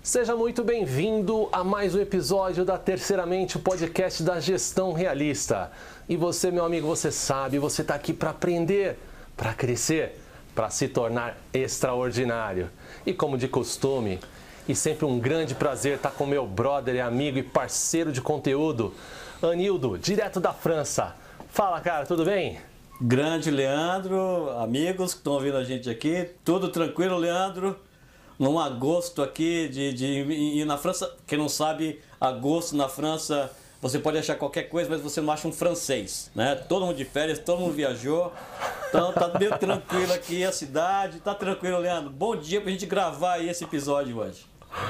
Seja muito bem-vindo a mais um episódio da Terceiramente, o podcast da gestão realista. E você, meu amigo, você sabe, você está aqui para aprender, para crescer, para se tornar extraordinário. E como de costume, e sempre um grande prazer estar com meu brother e amigo e parceiro de conteúdo, Anildo, direto da França. Fala, cara, tudo bem? Grande Leandro, amigos que estão ouvindo a gente aqui, tudo tranquilo, Leandro? Num agosto aqui e na França, quem não sabe, agosto na França, você pode achar qualquer coisa, mas você não acha um francês, né? Todo mundo de férias, todo mundo viajou, então tá meio tranquilo aqui a cidade, tá tranquilo, Leandro? Bom dia pra gente gravar aí esse episódio hoje.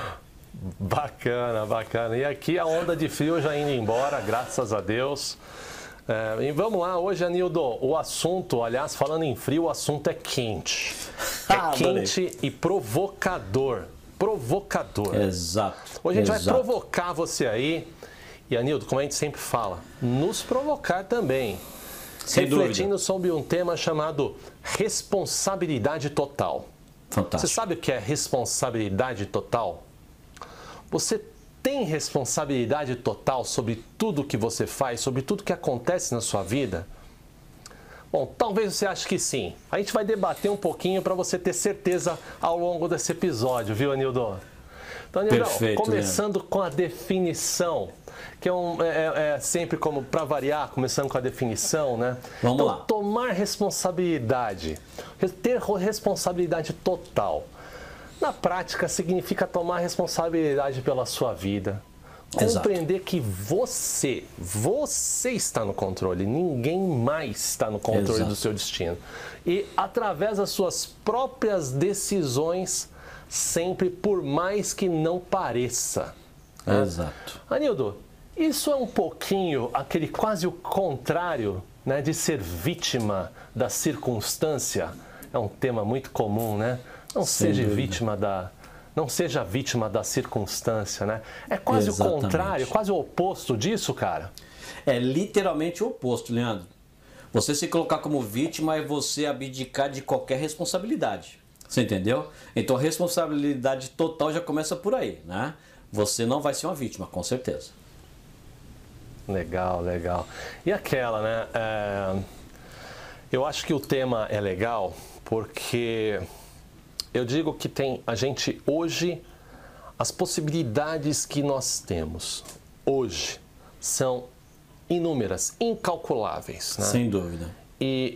Bacana, bacana. E aqui a onda de frio já indo embora, graças a Deus. E vamos lá, hoje, Anildo, o assunto, aliás, falando em frio, o assunto é quente. É quente e provocador. Provocador. Exato. Hoje a gente vai provocar você aí. E, Anildo, como a gente sempre fala, nos provocar também. Sem refletindo dúvida. sobre um tema chamado responsabilidade total. Fantástico. Você sabe o que é responsabilidade total? Você tem responsabilidade total sobre tudo que você faz, sobre tudo que acontece na sua vida? Bom, talvez você ache que sim. A gente vai debater um pouquinho para você ter certeza ao longo desse episódio, viu, Anildo? Então, Anildo, começando com a definição, que é sempre como para variar, começando com a definição, né? Vamos lá. Tomar responsabilidade, ter responsabilidade total. Na prática, significa tomar responsabilidade pela sua vida. Compreender que você está no controle, ninguém mais está no controle do seu destino. E através das suas próprias decisões, sempre por mais que não pareça. Exato. Anildo, isso é um pouquinho aquele quase o contrário, né, de ser vítima da circunstância. É um tema muito comum, né? Não seja vítima da circunstância, né? É quase o contrário, quase o oposto disso, cara. É literalmente o oposto, Leandro. Você se colocar como vítima é você abdicar de qualquer responsabilidade. Você entendeu? Então a responsabilidade total já começa por aí, né? Você não vai ser uma vítima, com certeza. Legal, legal. E aquela, né? Eu acho que o tema é legal porque eu digo que a gente hoje, as possibilidades que nós temos hoje são inúmeras, incalculáveis, né? Sem dúvida. E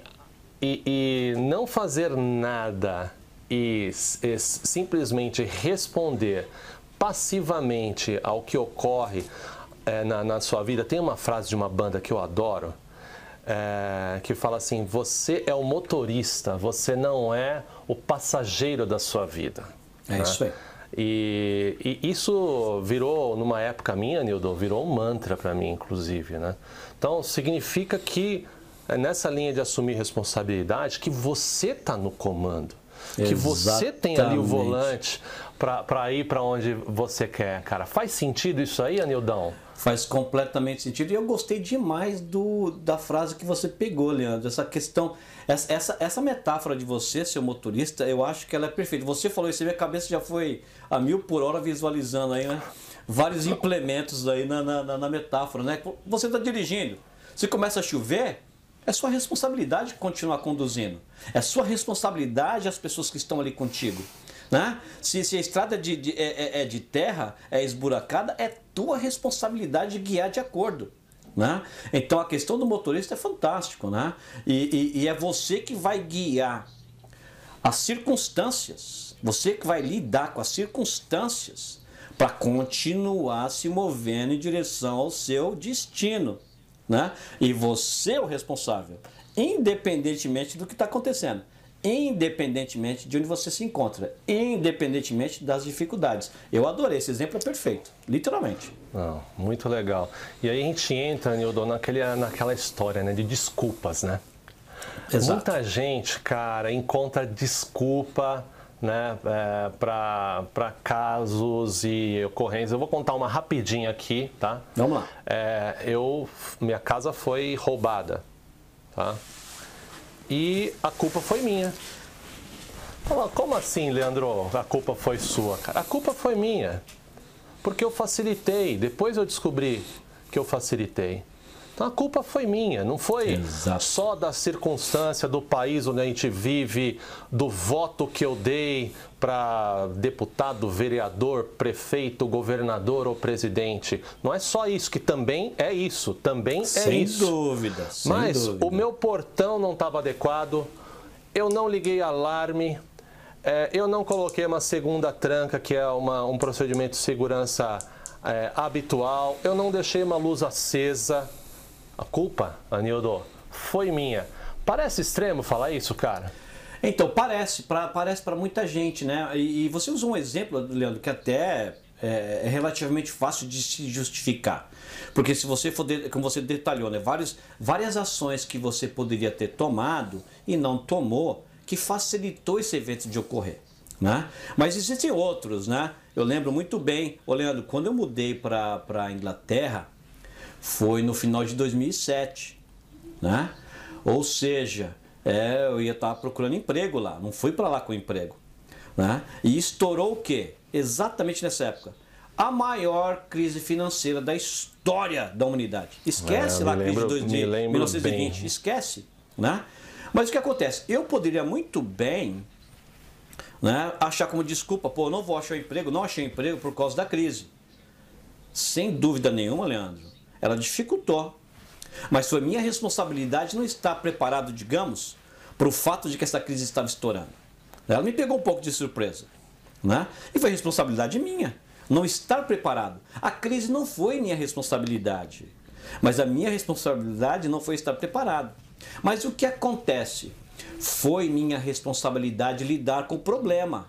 não fazer nada e simplesmente responder passivamente ao que ocorre na sua vida. Tem uma frase de uma banda que eu adoro, que fala assim: você é o motorista, você não é o passageiro da sua vida. É isso aí. E isso virou, numa época minha, Nildo, virou um mantra para mim, inclusive, né? Então, significa que, nessa linha de assumir responsabilidade, que você está no comando. Que você tem ali o volante para ir para onde você quer, cara. Faz sentido isso aí, Anildão? Faz completamente sentido. E eu gostei demais da frase que você pegou, Leandro. Essa questão, essa metáfora de você ser motorista, eu acho que ela é perfeita. Você falou isso, minha cabeça já foi a 1000 por hora visualizando aí, né? Vários implementos aí na metáfora, né? Você está dirigindo, se começa a chover, é sua responsabilidade continuar conduzindo. É sua responsabilidade as pessoas que estão ali contigo. Né? Se a estrada é de terra, é esburacada, é tua responsabilidade de guiar de acordo. Né? Então a questão do motorista é fantástico. Né? E é você que vai guiar as circunstâncias, você que vai lidar com as circunstâncias para continuar se movendo em direção ao seu destino. Né? E você é o responsável, independentemente do que está acontecendo, independentemente de onde você se encontra, independentemente das dificuldades. Eu adorei, esse exemplo é perfeito, literalmente. Não, muito legal. E aí a gente entra, Nildo, naquela história, né, de desculpas, né? Exato. Muita gente, cara, encontra desculpa, né, para casos e ocorrências. Eu vou contar uma rapidinho aqui, tá? Vamos lá. Minha casa foi roubada, tá? E a culpa foi minha. Fala, como assim, Leandro, a culpa foi sua, cara? A culpa foi minha, porque eu facilitei, depois eu descobri que eu facilitei. Então a culpa foi minha, não foi Exato. só da circunstância do país onde a gente vive, do voto que eu dei para deputado, vereador, prefeito, governador ou presidente. Não é só isso, que também é isso, também é isso. Sem dúvida, sem Mas dúvida. o meu portão não estava adequado, eu não liguei alarme, eu não coloquei uma segunda tranca, que é um procedimento de segurança habitual, eu não deixei uma luz acesa. A culpa, Anildo, foi minha. Parece extremo falar isso, cara? Então, parece para muita gente, né? E você usou um exemplo, Leandro, que até é relativamente fácil de se justificar. Porque se você for, como você detalhou, né? Várias ações que você poderia ter tomado e não tomou, que facilitou esse evento de ocorrer, né? Mas existem outros, né? Eu lembro muito bem, Leandro, quando eu mudei para a Inglaterra, foi no final de 2007, né? Ou seja, eu ia estar procurando emprego lá, não fui para lá com emprego, né? E estourou o quê? Exatamente nessa época. A maior crise financeira da história da humanidade. Esquece lá a crise de 1920, esquece, né? Mas o que acontece? Eu poderia muito bem, né, achar como desculpa, pô, não vou achar emprego, não achei emprego por causa da crise. Sem dúvida nenhuma, Leandro. Ela dificultou, mas foi minha responsabilidade não estar preparado, digamos, para o fato de que essa crise estava estourando. Ela me pegou um pouco de surpresa, né? E foi responsabilidade minha, não estar preparado. A crise não foi minha responsabilidade, mas a minha responsabilidade não foi estar preparado. Mas o que acontece? Foi minha responsabilidade lidar com o problema.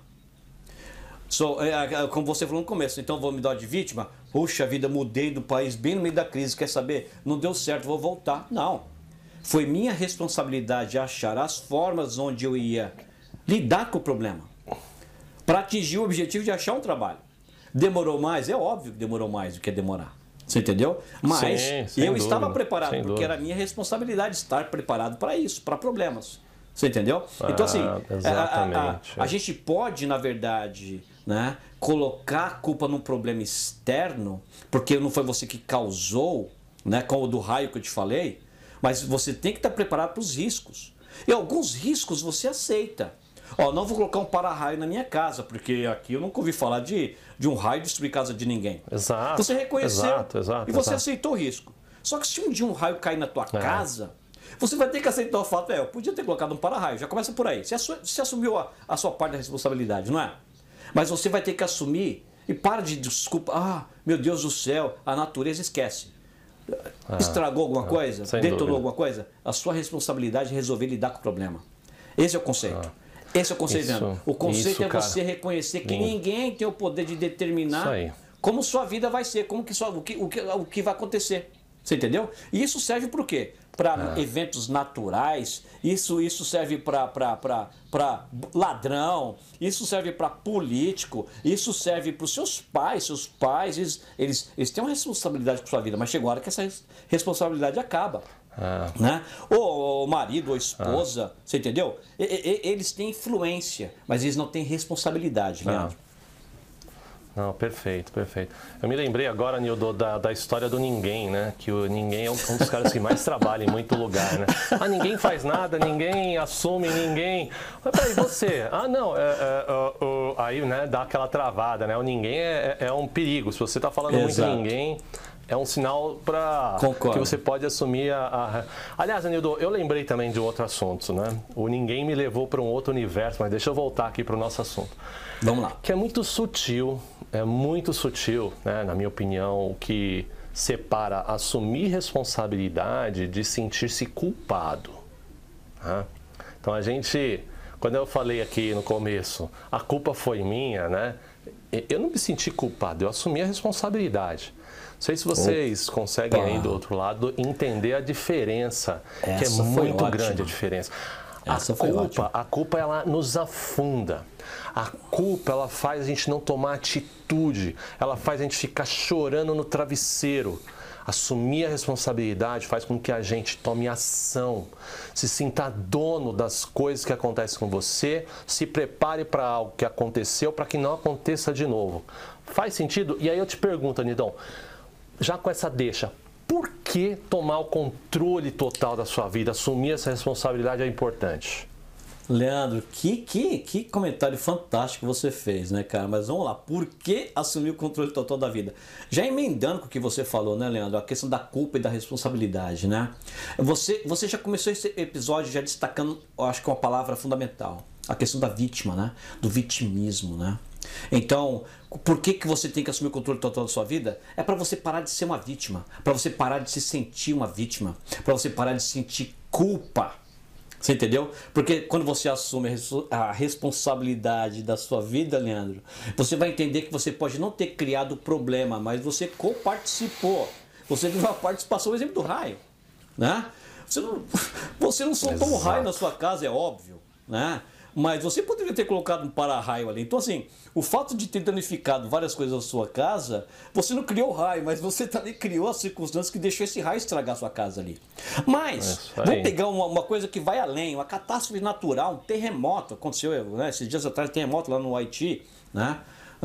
Como você falou no começo, então vou me dar de vítima. Puxa vida, mudei do país bem no meio da crise, quer saber? Não deu certo, vou voltar. Não. Foi minha responsabilidade achar as formas onde eu ia lidar com o problema para atingir o objetivo de achar um trabalho. Demorou mais? É óbvio que demorou mais do que demorar. Você entendeu? Mas eu estava preparado, porque era minha responsabilidade estar preparado para isso, para problemas. Você entendeu? Então, assim, a gente pode, na verdade, né, colocar a culpa num problema externo, porque não foi você que causou, né, como o do raio que eu te falei, mas você tem que estar preparado para os riscos. E alguns riscos você aceita. Ó, não vou colocar um para-raio na minha casa, porque aqui eu nunca ouvi falar de um raio destruir casa de ninguém. Exato. Você reconheceu exato, e você aceitou o risco. Só que se um dia um raio cair na tua casa, você vai ter que aceitar o fato, eu podia ter colocado um para-raio, já começa por aí. Você assumiu a sua parte da responsabilidade, não é? Mas você vai ter que assumir e para de desculpa, meu Deus do céu, a natureza esquece. Estragou alguma coisa? Detonou alguma coisa? A sua responsabilidade é resolver lidar com o problema. Esse é o conceito. Esse é o conceito, Leandro. O conceito é você reconhecer que ninguém tem o poder de determinar como sua vida vai ser, o que vai acontecer. Você entendeu? E isso serve para o quê? Para eventos naturais, isso serve para ladrão, isso serve para político, isso serve para os seus pais. Seus pais, eles têm uma responsabilidade com a sua vida, mas chegou a hora que essa responsabilidade acaba. Né? Ou marido ou esposa, você entendeu? Eles têm influência, mas eles não têm responsabilidade, Leandro. Não, perfeito. Eu me lembrei agora, Nildo, da história do Ninguém, né? Que o Ninguém é um dos caras que mais trabalha em muito lugar, né? Ninguém faz nada, ninguém assume, ninguém... Mas peraí, você? Não, aí, né, dá aquela travada, né? O Ninguém é um perigo. Se você está falando muito ninguém... É um sinal para que você pode assumir Aliás, Anildo, eu lembrei também de um outro assunto, né? O Ninguém me levou para um outro universo, mas deixa eu voltar aqui para o nosso assunto. Vamos lá. Que é muito sutil, né, na minha opinião, o que separa assumir responsabilidade de sentir-se culpado. Né? Então quando eu falei aqui no começo, a culpa foi minha, né? Eu não me senti culpado, eu assumi a responsabilidade. Não sei se vocês conseguem aí do outro lado entender a diferença, que é muito grande a diferença. A culpa ela nos afunda. A culpa ela faz a gente não tomar atitude, ela faz a gente ficar chorando no travesseiro. Assumir a responsabilidade faz com que a gente tome ação, se sinta dono das coisas que acontecem com você, se prepare para algo que aconteceu para que não aconteça de novo. Faz sentido? E aí eu te pergunto, Nidão, já com essa deixa, por que tomar o controle total da sua vida, assumir essa responsabilidade é importante? Leandro, que comentário fantástico você fez, né, cara? Mas vamos lá, por que assumir o controle total da vida? Já emendando com o que você falou, né, Leandro? A questão da culpa e da responsabilidade, né? Você já começou esse episódio já destacando, eu acho que uma palavra fundamental, a questão da vítima, né? Do vitimismo, né? Então, por que você tem que assumir o controle total da sua vida? É para você parar de ser uma vítima, para você parar de se sentir uma vítima, para você parar de sentir culpa. Você entendeu? Porque quando você assume a responsabilidade da sua vida, Leandro, você vai entender que você pode não ter criado o problema, mas você coparticipou. Você teve uma participação, o exemplo do raio, né? Você não soltou um raio na sua casa, é óbvio, né? Mas você poderia ter colocado um para-raio ali. Então, assim, o fato de ter danificado várias coisas na sua casa, você não criou o raio, mas você também criou as circunstâncias que deixou esse raio estragar a sua casa ali. Mas, vamos pegar uma coisa que vai além, uma catástrofe natural, um terremoto. Aconteceu, né, esses dias atrás, terremoto lá no Haiti, né?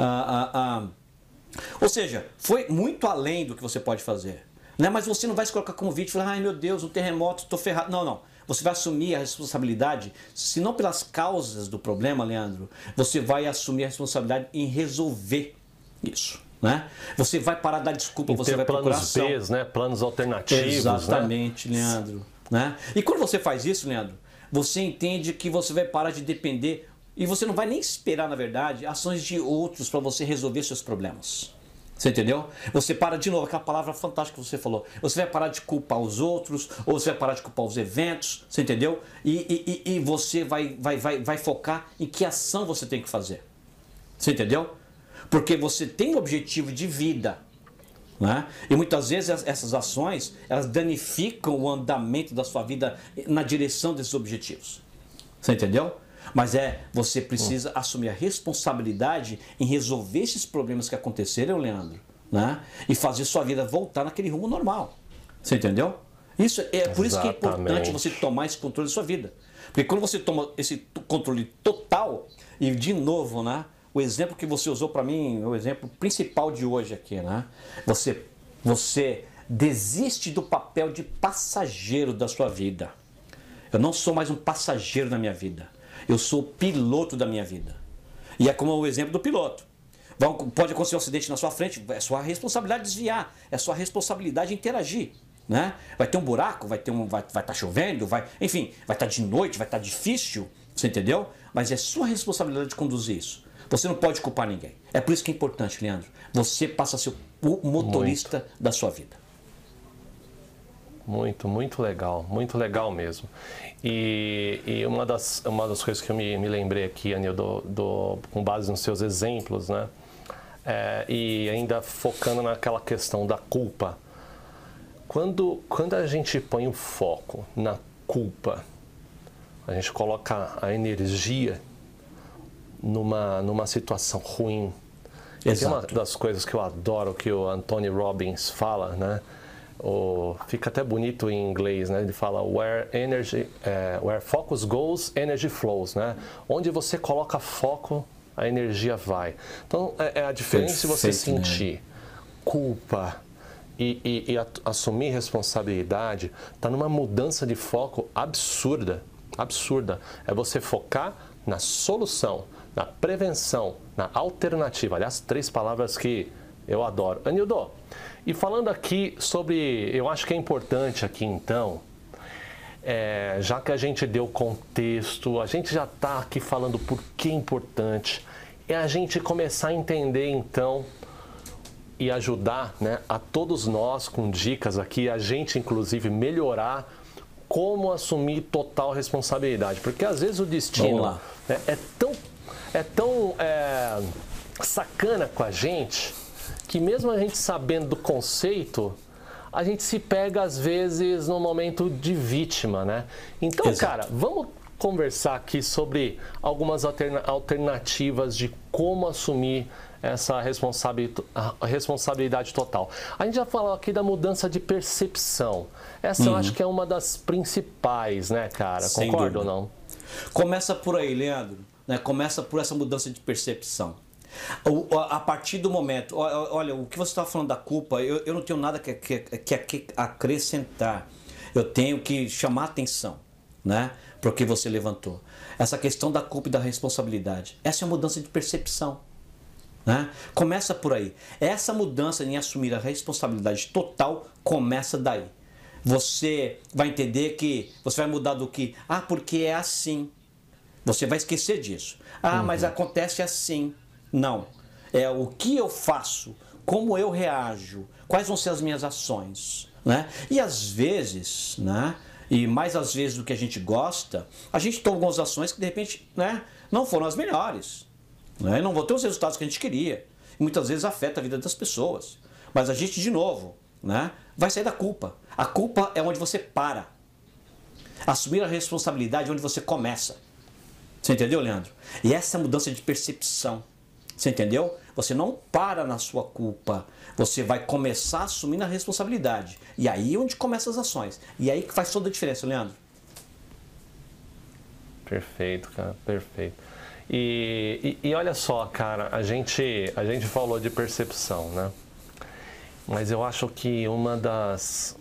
Ou seja, foi muito além do que você pode fazer. Né? Mas você não vai se colocar como vítima e falar, ai meu Deus, um terremoto, estou ferrado. Não, não. Você vai assumir a responsabilidade, se não pelas causas do problema, Leandro, você vai assumir a responsabilidade em resolver isso, né? Você vai parar de dar desculpa, você vai procurar ação. Planos B, né? Planos alternativos. Exatamente, né? Leandro. Né? E quando você faz isso, Leandro, você entende que você vai parar de depender e você não vai nem esperar, na verdade, ações de outros para você resolver seus problemas. Você entendeu? Você para de novo, aquela palavra fantástica que você falou. Você vai parar de culpar os outros, ou você vai parar de culpar os eventos, você entendeu? E você vai focar em que ação você tem que fazer. Você entendeu? Porque você tem um objetivo de vida. Né? E muitas vezes essas ações, elas danificam o andamento da sua vida na direção desses objetivos. Você entendeu? Mas você precisa assumir a responsabilidade em resolver esses problemas que aconteceram, Leandro, né? E fazer sua vida voltar naquele rumo normal. Você entendeu? Isso por isso que é importante você tomar esse controle da sua vida. Porque quando você toma esse controle total, e de novo, né? O exemplo que você usou para mim, o exemplo principal de hoje aqui, né? Você desiste do papel de passageiro da sua vida. Eu não sou mais um passageiro na minha vida. Eu sou o piloto da minha vida. E é como o exemplo do piloto. Pode acontecer um acidente na sua frente, é sua responsabilidade desviar, é sua responsabilidade interagir. Né? Vai ter um buraco, vai estar chovendo, enfim, vai estar de noite, vai estar difícil, você entendeu? Mas é sua responsabilidade de conduzir isso. Você não pode culpar ninguém. É por isso que é importante, Leandro. Você passa a ser o motorista da sua vida. Muito legal mesmo. E uma das coisas que eu me lembrei aqui, Anil, com base nos seus exemplos, né? E ainda focando naquela questão da culpa. Quando a gente põe o foco na culpa, a gente coloca a energia numa situação ruim. Exato. E uma das coisas que eu adoro, que o Anthony Robbins fala, né? Fica até bonito em inglês, né? Ele fala where focus goes, energy flows, né? Onde você coloca foco, a energia vai. Então, a diferença de você sentir culpa e assumir responsabilidade está numa mudança de foco absurda. É você focar na solução, na prevenção, na alternativa. Aliás, 3 palavras que eu adoro. Anildo, e falando aqui sobre, eu acho que é importante aqui então, já que a gente deu contexto, a gente já está aqui falando por que é importante, é a gente começar a entender então e ajudar, né, a todos nós com dicas aqui, a gente inclusive melhorar como assumir total responsabilidade, porque às vezes o destino é tão sacana com a gente, que mesmo a gente sabendo do conceito, a gente se pega às vezes no momento de vítima, né? Então, exato, cara, vamos conversar aqui sobre algumas alternativas de como assumir essa responsabilidade total. A gente já falou aqui da mudança de percepção. Essa eu acho que é uma das principais, né, cara? Sem Concorda ou dúvida. não? Começa por aí, Leandro. Né? Começa por essa mudança de percepção. A partir do momento... Olha, o que você estava falando da culpa, eu não tenho nada que acrescentar. Eu tenho que chamar atenção, né? Porque você levantou. Essa questão da culpa e da responsabilidade. Essa é a mudança de percepção. Né? Começa por aí. Essa mudança em assumir a responsabilidade total começa daí. Você vai entender que você vai mudar do que, porque é assim. Você vai esquecer disso. Mas acontece assim. Não. É o que eu faço, como eu reajo, quais vão ser as minhas ações. Né? E às vezes, né? E mais às vezes do que a gente gosta, a gente toma algumas ações que de repente, né, não foram as melhores. Né? Não vão ter os resultados que a gente queria. E muitas vezes afeta a vida das pessoas. Mas a gente, de novo, né, vai sair da culpa. A culpa é onde você para. Assumir a responsabilidade é onde você começa. Você entendeu, Leandro? E essa é a mudança de percepção. Você entendeu? Você não para na sua culpa. Você vai começar a assumir a responsabilidade. E aí é onde começam as ações. E aí que faz toda a diferença, Leandro. Perfeito, cara. Perfeito. E olha só, cara, a gente falou de percepção, né? Mas eu acho que uma das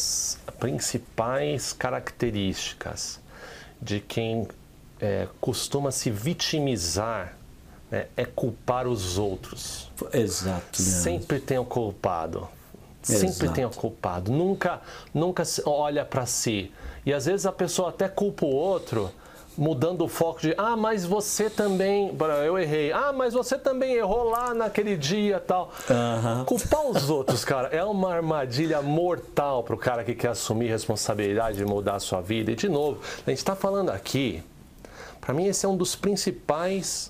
principais características de quem costuma se vitimizar, né, é culpar os outros. Exato. Leandro. Sempre tem o culpado. Sempre tem o culpado. Nunca olha para si. E às vezes a pessoa até culpa o outro, mudando o foco de, mas você também, eu errei, mas você também errou lá naquele dia, tal. Culpar os outros, cara, é uma armadilha mortal pro cara que quer assumir responsabilidade de mudar a sua vida. E de novo, a gente está falando aqui, para mim esse é um dos principais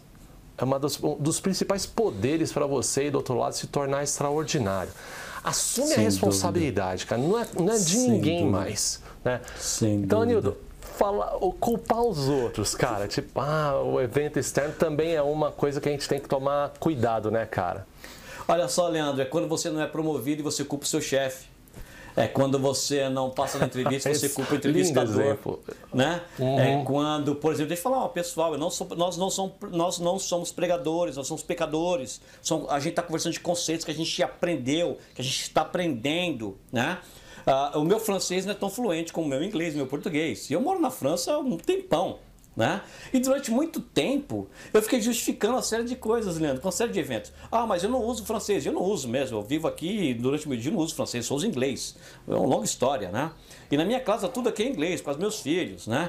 dos principais poderes para você e do outro lado se tornar extraordinário. Assume a responsabilidade, cara, não é de ninguém mais, né? Então, Anildo, culpar os outros, cara, tipo, o evento externo também é uma coisa que a gente tem que tomar cuidado, né, cara? Olha só, Leandro, é quando você não é promovido e você culpa o seu chefe. É quando você não passa na entrevista, você culpa o entrevistador. Né? É quando, por exemplo, deixa eu falar, pessoal, nós não somos pregadores, nós somos pecadores. A gente está conversando de conceitos que a gente aprendeu, que a gente está aprendendo, né? O meu francês não é tão fluente como o meu inglês, meu português. E eu moro na França há um tempão. Né? E durante muito tempo eu fiquei justificando uma série de coisas, Leandro, com uma série de eventos. Mas eu não uso francês. Eu não uso mesmo. Eu vivo aqui e durante o meu dia não uso francês, só uso inglês. É uma longa história, né? E na minha casa tudo aqui é inglês, com os meus filhos, né?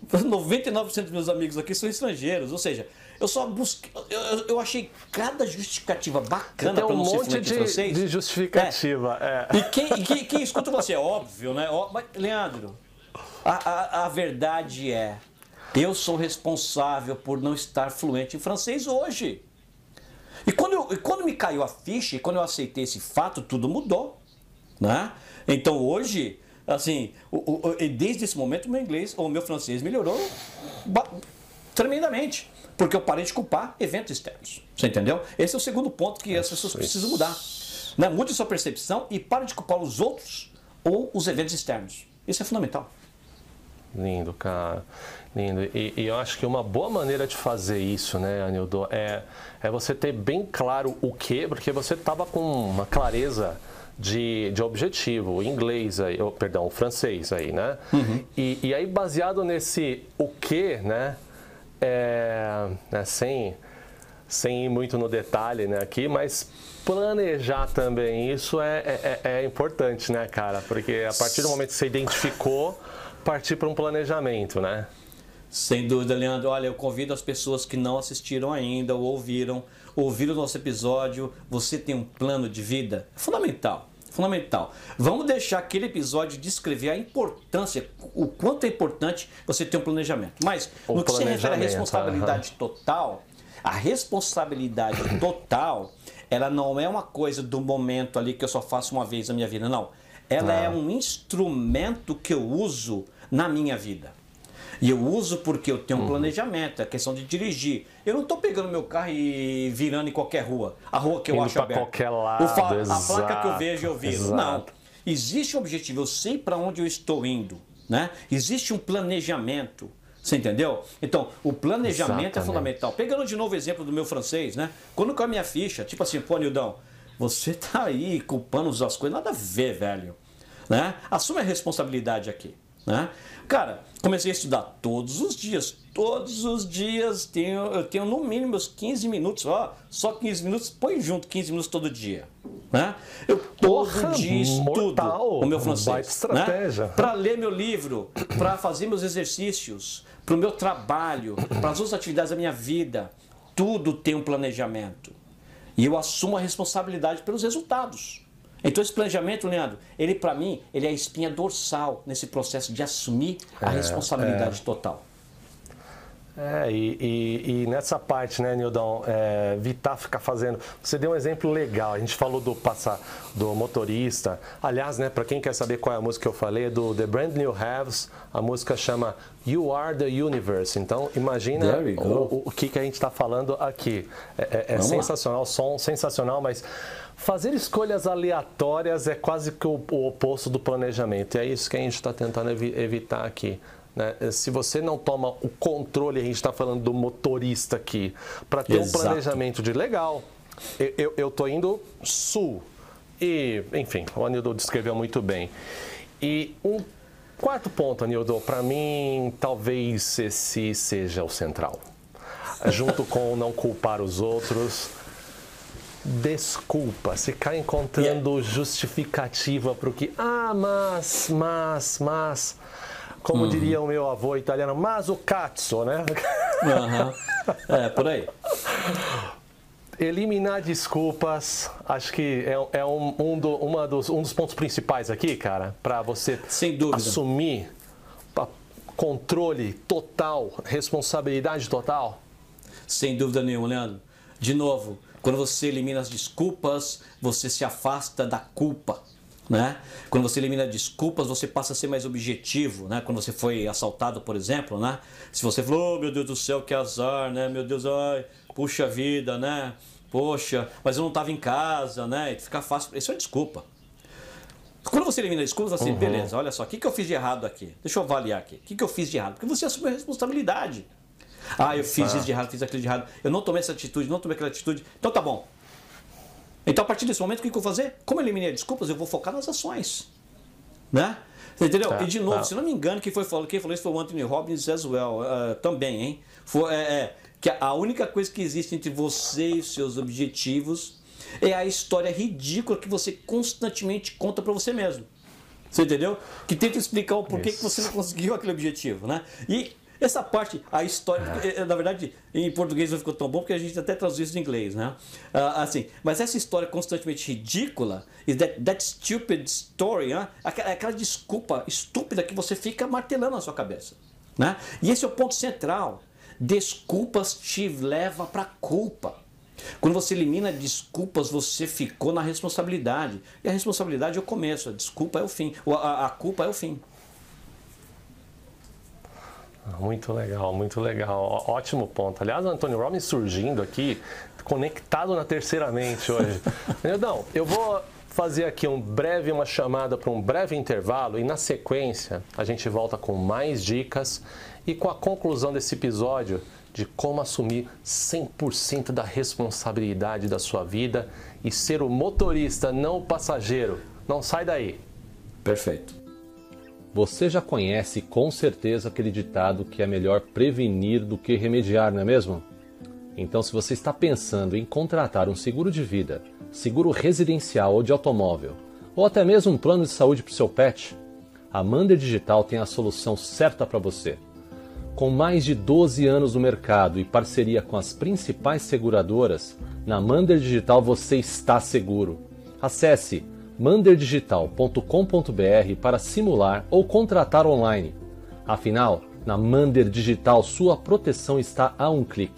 99% dos meus amigos aqui são estrangeiros, ou seja, eu só busquei, eu achei cada justificativa bacana para não ser fluente em francês. De justificativa. E quem escuta você, é óbvio, né? Mas, Leandro, a verdade é, eu sou responsável por não estar fluente em francês hoje. E quando me caiu a ficha, e quando eu aceitei esse fato, tudo mudou. Né? Então hoje, assim, desde esse momento, o meu francês melhorou tremendamente. Porque eu parei de culpar eventos externos. Você entendeu? Esse é o segundo ponto que as pessoas precisam mudar. Né? Mude sua percepção e pare de culpar os outros ou os eventos externos. Isso é fundamental. Lindo, cara. Lindo. E eu acho que uma boa maneira de fazer isso, né, Anildo, é você ter bem claro o quê, porque você estava com uma clareza de objetivo, o inglês aí, o francês aí, né? E aí, baseado nesse o quê, né, sem ir muito no detalhe, né, aqui, mas planejar também, isso é importante, né, cara? Porque a partir do momento que você identificou, partir para um planejamento, né? Sem dúvida, Leandro. Olha, eu convido as pessoas que não assistiram ainda ou ouviram o nosso episódio. Você tem um plano de vida? É fundamental. Fundamental. Vamos deixar aquele episódio descrever a importância, o quanto é importante você ter um planejamento. Mas no que se refere à responsabilidade total, a responsabilidade total, ela não é uma coisa do momento ali que eu só faço uma vez na minha vida, não. Ela é um instrumento que eu uso na minha vida. E eu uso porque eu tenho um planejamento, é questão de dirigir. Eu não estou pegando meu carro e virando em qualquer rua. A rua que eu acho aberta. Qualquer lado, a placa que eu vejo, eu viro. Exato. Não. Existe um objetivo, eu sei para onde eu estou indo. Né? Existe um planejamento. Você entendeu? Então, o planejamento é fundamental. Pegando de novo o exemplo do meu francês, né? Quando caiu a minha ficha, tipo assim, pô, Nildão, você tá aí culpando as coisas, nada a ver, velho. Né? Assume a responsabilidade aqui. Né? Cara, comecei a estudar todos os dias. Todos os dias eu tenho no mínimo uns 15 minutos. Ó, só 15 minutos, põe junto 15 minutos todo dia. Né? Eu todo dia estudo o meu francês. Estratégia. Né? Para ler meu livro, para fazer meus exercícios, para o meu trabalho, para as outras atividades da minha vida. Tudo tem um planejamento. E eu assumo a responsabilidade pelos resultados. Então esse planejamento, Leandro, ele para mim, ele é a espinha dorsal nesse processo de assumir a responsabilidade total. E nessa parte, né, Nildão, evitar ficar fazendo... Você deu um exemplo legal, a gente falou do motorista. Aliás, né, para quem quer saber qual é a música que eu falei, é do The Brand New Heaves, a música chama You Are the Universe. Então, imagina o que a gente está falando aqui. É sensacional, o som sensacional, mas fazer escolhas aleatórias é quase que o oposto do planejamento. E é isso que a gente está tentando evitar aqui. Né? Se você não toma o controle, a gente está falando do motorista aqui, para ter um planejamento de legal, eu estou indo sul, e enfim, o Anildo descreveu muito bem. E um quarto ponto, Anildo, para mim talvez esse seja o central, junto com não culpar os outros. Desculpa, ficar encontrando justificativa para o que, mas... Como diria o meu avô italiano, mas o cazzo, né? Por aí. Eliminar desculpas, acho que é um dos pontos principais aqui, cara, para você assumir controle total, responsabilidade total. Sem dúvida nenhuma, Leandro. De novo, quando você elimina as desculpas, você se afasta da culpa. Né? Quando você elimina desculpas, você passa a ser mais objetivo, né? Quando você foi assaltado, por exemplo, né? Se você falou, oh, meu Deus do céu, que azar, né? Meu Deus, ai, puxa vida, né? Poxa, mas eu não estava em casa, né? E fica fácil, isso é desculpa. Quando você elimina desculpas, assim, beleza, olha só, o que eu fiz de errado aqui? Deixa eu avaliar aqui. O que eu fiz de errado? Porque você assumiu a responsabilidade. Ah, eu fiz isso de errado, fiz aquilo de errado. Eu não tomei essa atitude, não tomei aquela atitude. Então tá bom. Então, a partir desse momento, o que eu vou fazer? Como eu eliminei desculpas, eu vou focar nas ações. Né? Você entendeu? E de novo, se não me engano, quem falou isso foi o Anthony Robbins as well, também, hein? Que a única coisa que existe entre você e os seus objetivos é a história ridícula que você constantemente conta para você mesmo. Você entendeu? Que tenta explicar o porquê que você não conseguiu aquele objetivo, né? E essa parte, a história, na verdade, em português não ficou tão bom porque a gente até traduziu isso em inglês, né? Assim, mas essa história constantemente ridícula, that stupid story, né? Aquela desculpa estúpida que você fica martelando na sua cabeça, né? E esse é o ponto central. Desculpas te levam para culpa. Quando você elimina desculpas, você ficou na responsabilidade. E a responsabilidade é o começo, a desculpa é o fim, a culpa é o fim. Muito legal, muito legal. Ótimo ponto. Aliás, o Anthony Robbins surgindo aqui, conectado na terceira mente hoje. Não, eu vou fazer aqui uma chamada para um breve intervalo e na sequência a gente volta com mais dicas e com a conclusão desse episódio de como assumir 100% da responsabilidade da sua vida e ser o motorista, não o passageiro. Não sai daí. Perfeito. Você já conhece com certeza aquele ditado que é melhor prevenir do que remediar, não é mesmo? Então, se você está pensando em contratar um seguro de vida, seguro residencial ou de automóvel, ou até mesmo um plano de saúde para o seu pet, a Mander Digital tem a solução certa para você. Com mais de 12 anos no mercado e parceria com as principais seguradoras, na Mander Digital você está seguro. Acesse manderdigital.com.br para simular ou contratar online. Afinal, na Mander Digital sua proteção está a um clique.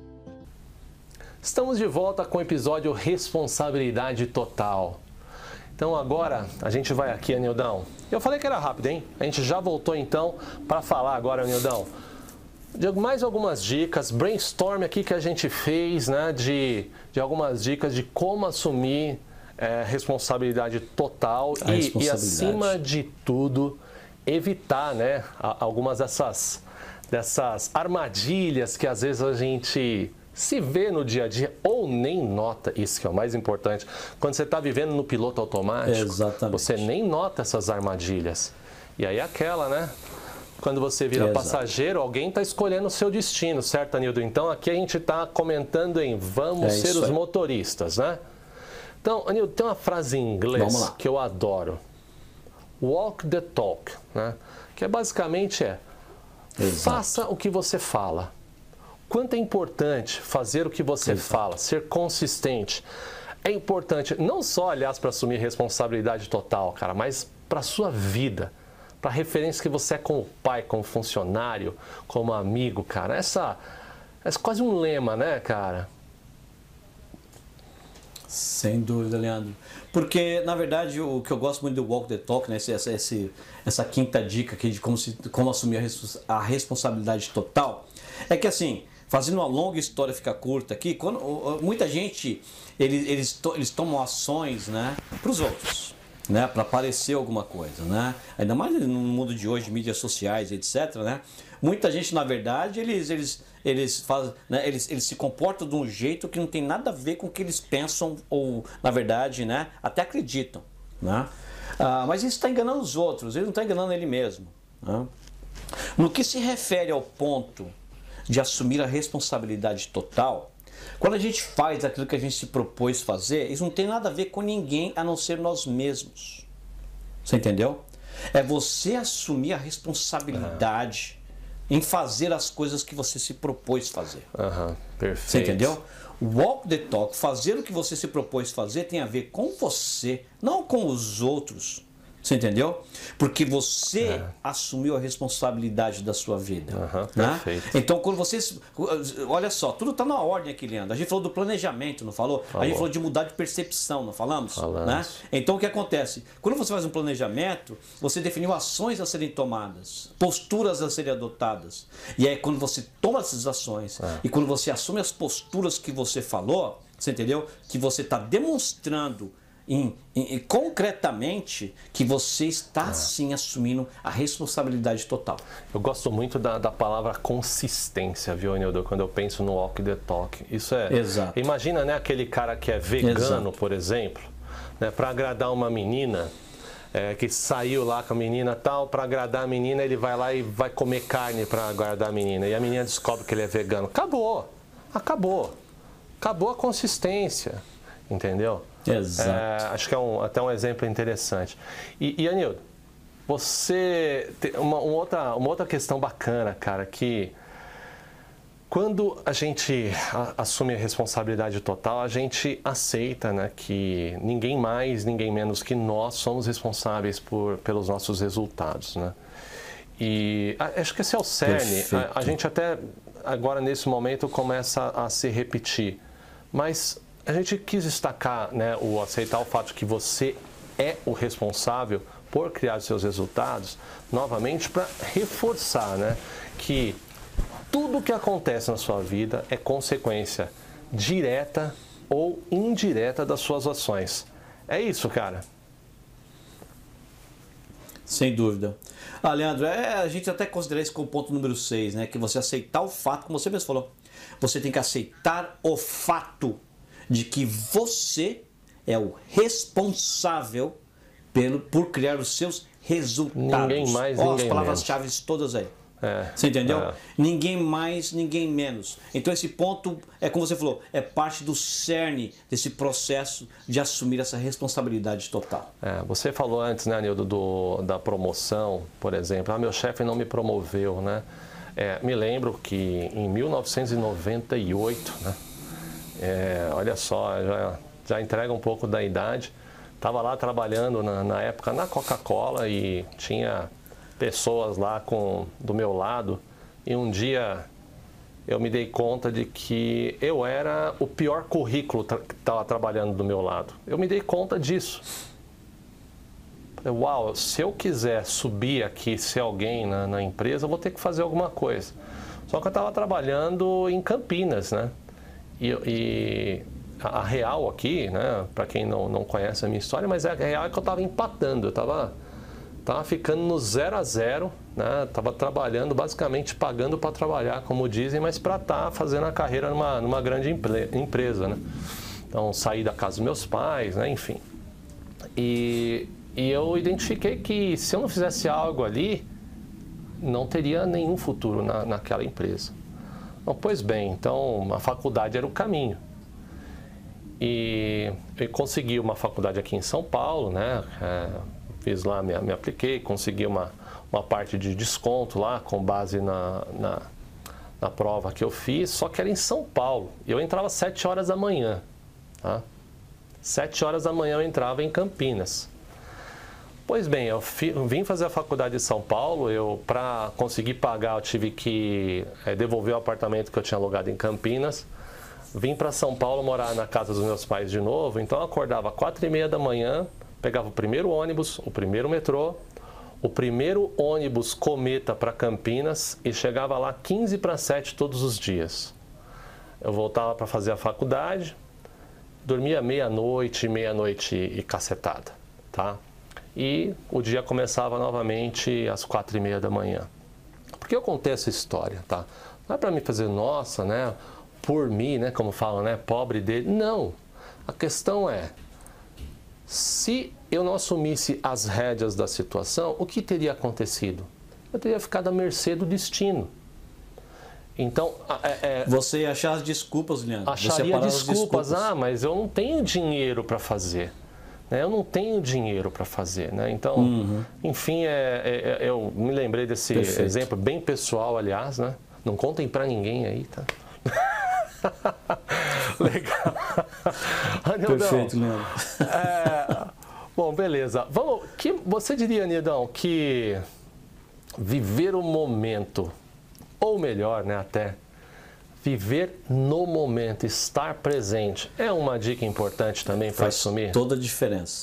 Estamos de volta com o episódio Responsabilidade Total. Então agora a gente vai aqui, Anildão. Eu falei que era rápido, hein? A gente já voltou então para falar agora, Anildão, de mais algumas dicas, brainstorm aqui que a gente fez, né? De algumas dicas de como assumir responsabilidade total e acima de tudo, evitar, né? Algumas dessas armadilhas que às vezes a gente se vê no dia a dia ou nem nota, isso que é o mais importante. Quando você está vivendo no piloto automático, você nem nota essas armadilhas. E aí aquela, né? Quando você vira passageiro, alguém está escolhendo o seu destino, certo, Anildo? Então aqui a gente está comentando em vamos ser os motoristas, né? Então, Anildo, tem uma frase em inglês que eu adoro. Walk the talk, né? Que basicamente faça o que você fala. Quanto é importante fazer o que você fala, ser consistente. É importante não só, aliás, para assumir responsabilidade total, cara, mas para a sua vida, para a referência que você é como pai, como funcionário, como amigo, cara. Essa é quase um lema, né, cara? Sem dúvida, Leandro. Porque, na verdade, o que eu gosto muito do Walk the Talk, né, essa quinta dica aqui de como assumir a responsabilidade total, é que assim, fazendo uma longa história ficar curta aqui, quando muita gente, eles tomam ações, né, para os outros, né, para parecer alguma coisa, né, ainda mais no mundo de hoje, mídias sociais, etc, né, muita gente, na verdade, eles fazem, né, eles se comportam de um jeito que não tem nada a ver com o que eles pensam ou, na verdade, né, até acreditam, né, mas isso está enganando os outros, ele não está enganando ele mesmo, né? No que se refere ao ponto de assumir a responsabilidade total, quando a gente faz aquilo que a gente se propôs fazer, isso não tem nada a ver com ninguém a não ser nós mesmos. Você entendeu? É você assumir a responsabilidade em fazer as coisas que você se propôs fazer. Perfeito. Você entendeu? Walk the talk, fazer o que você se propôs fazer tem a ver com você, não com os outros. Você entendeu? Porque você assumiu a responsabilidade da sua vida. Né? Então, quando vocês... Olha só, tudo está na ordem aqui, Leandro. A gente falou do planejamento, não falou? A gente falou de mudar de percepção, não falamos? Né? Então, o que acontece? Quando você faz um planejamento, você definiu ações a serem tomadas, posturas a serem adotadas. E aí, quando você toma essas ações e quando você assume as posturas que você falou, você entendeu? Que você está demonstrando concretamente que você está sim assumindo a responsabilidade total. Eu gosto muito da palavra consistência, viu, Anildo? Quando eu penso no walk the talk. Isso é... Exato. Imagina, né, aquele cara que é vegano, por exemplo, né, para agradar uma menina, que saiu lá com a menina tal, para agradar a menina, ele vai lá e vai comer carne para agradar a menina. E a menina descobre que ele é vegano. Acabou a consistência, entendeu? Exato. Acho que é até um exemplo interessante. E Anildo, você tem uma outra questão bacana, cara, que quando a gente assume a responsabilidade total, a gente aceita, né, que ninguém mais, ninguém menos que nós somos responsáveis pelos nossos resultados, né? E acho que esse é o cerne. A gente até agora nesse momento começa a se repetir, mas a gente quis destacar, né, aceitar o fato que você é o responsável por criar os seus resultados, novamente para reforçar, né, que tudo que acontece na sua vida é consequência direta ou indireta das suas ações. É isso, cara. Sem dúvida. Leandro, a gente até considera isso como ponto número 6, né, que você aceitar o fato, como você mesmo falou, você tem que aceitar o fato de que você é o responsável por criar os seus resultados. Ninguém mais, ninguém menos. As palavras-chave todas aí. Você entendeu? Ninguém mais, ninguém menos. Então esse ponto, como você falou, é parte do cerne desse processo de assumir essa responsabilidade total. Você falou antes, né, Anildo, da promoção, por exemplo. Meu chefe não me promoveu, né? Me lembro que em 1998, né? Olha só, já entrega um pouco da idade. Estava lá trabalhando na época na Coca-Cola e tinha pessoas lá do meu lado. E um dia eu me dei conta de que eu era o pior currículo que estava trabalhando do meu lado. Eu me dei conta disso. Uau, se eu quiser subir aqui, ser alguém na empresa, eu vou ter que fazer alguma coisa. Só que eu estava trabalhando em Campinas, né? E a real aqui, né? Para quem não conhece a minha história, mas a real é que eu estava empatando, eu estava ficando no 0 a 0, né? Estava trabalhando, basicamente pagando para trabalhar, como dizem, mas para estar fazendo a carreira numa grande empresa, né? Então, saí da casa dos meus pais, né? Enfim. E eu identifiquei que se eu não fizesse algo ali, não teria nenhum futuro naquela empresa. Então, pois bem, então a faculdade era o caminho. E eu consegui uma faculdade aqui em São Paulo, né? Fiz lá, me apliquei, consegui uma parte de desconto lá com base na prova que eu fiz, só que era em São Paulo. Eu entrava às 7 horas da manhã. Tá? 7 horas da manhã eu entrava em Campinas. Pois bem, eu vim fazer a faculdade de São Paulo. Para conseguir pagar, eu tive que devolver o apartamento que eu tinha alugado em Campinas. Vim para São Paulo morar na casa dos meus pais de novo. Então eu acordava às 4h30 da manhã, pegava o primeiro ônibus, o primeiro metrô, o primeiro ônibus cometa para Campinas e chegava lá 15 para 7 todos os dias. Eu voltava para fazer a faculdade, dormia meia-noite e cacetada, tá? E o dia começava novamente às 4h30 da manhã. Por que eu contei essa história, tá? Não é para me fazer, nossa, né? Por mim, né? Como falam, né? Pobre dele. Não. A questão é, se eu não assumisse as rédeas da situação, o que teria acontecido? Eu teria ficado à mercê do destino. Então, você ia achar as desculpas, Leandro. Acharia desculpas. Mas eu não tenho dinheiro para fazer. Né? Eu não tenho dinheiro para fazer. Né? Então, enfim, eu me lembrei desse exemplo bem pessoal, aliás. Né? Não contem para ninguém aí, tá? Legal. Perfeito, Leandro. Bom, beleza. Você diria, Nildão, que viver o momento, ou melhor, né, até viver no momento, estar presente, é uma dica importante também para assumir? Faz toda a diferença.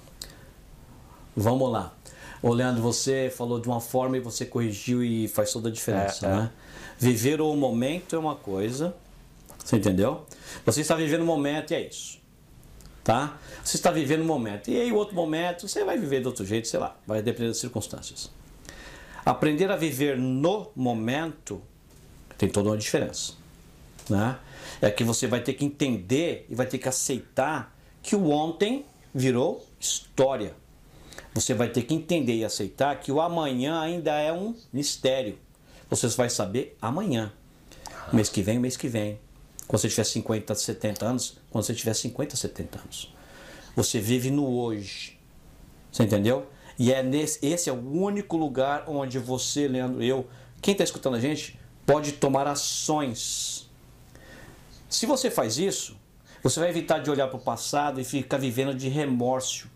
Vamos lá. Ô, Leandro, você falou de uma forma e você corrigiu e faz toda a diferença, né? Viver o momento é uma coisa, você entendeu? Você está vivendo o momento e é isso, tá? Você está vivendo o momento e aí o outro momento você vai viver de outro jeito, sei lá, vai depender das circunstâncias. Aprender a viver no momento tem toda uma diferença, né? É que você vai ter que entender e vai ter que aceitar que o ontem virou história. Você vai ter que entender e aceitar que o amanhã ainda é um mistério. Você vai saber amanhã, mês que vem, quando você tiver 50, 70 anos, quando você tiver 50, 70 anos. Você vive no hoje, você entendeu? E esse é o único lugar onde você, Leandro, quem está escutando a gente, pode tomar ações. Se você faz isso, você vai evitar de olhar para o passado e ficar vivendo de remorso.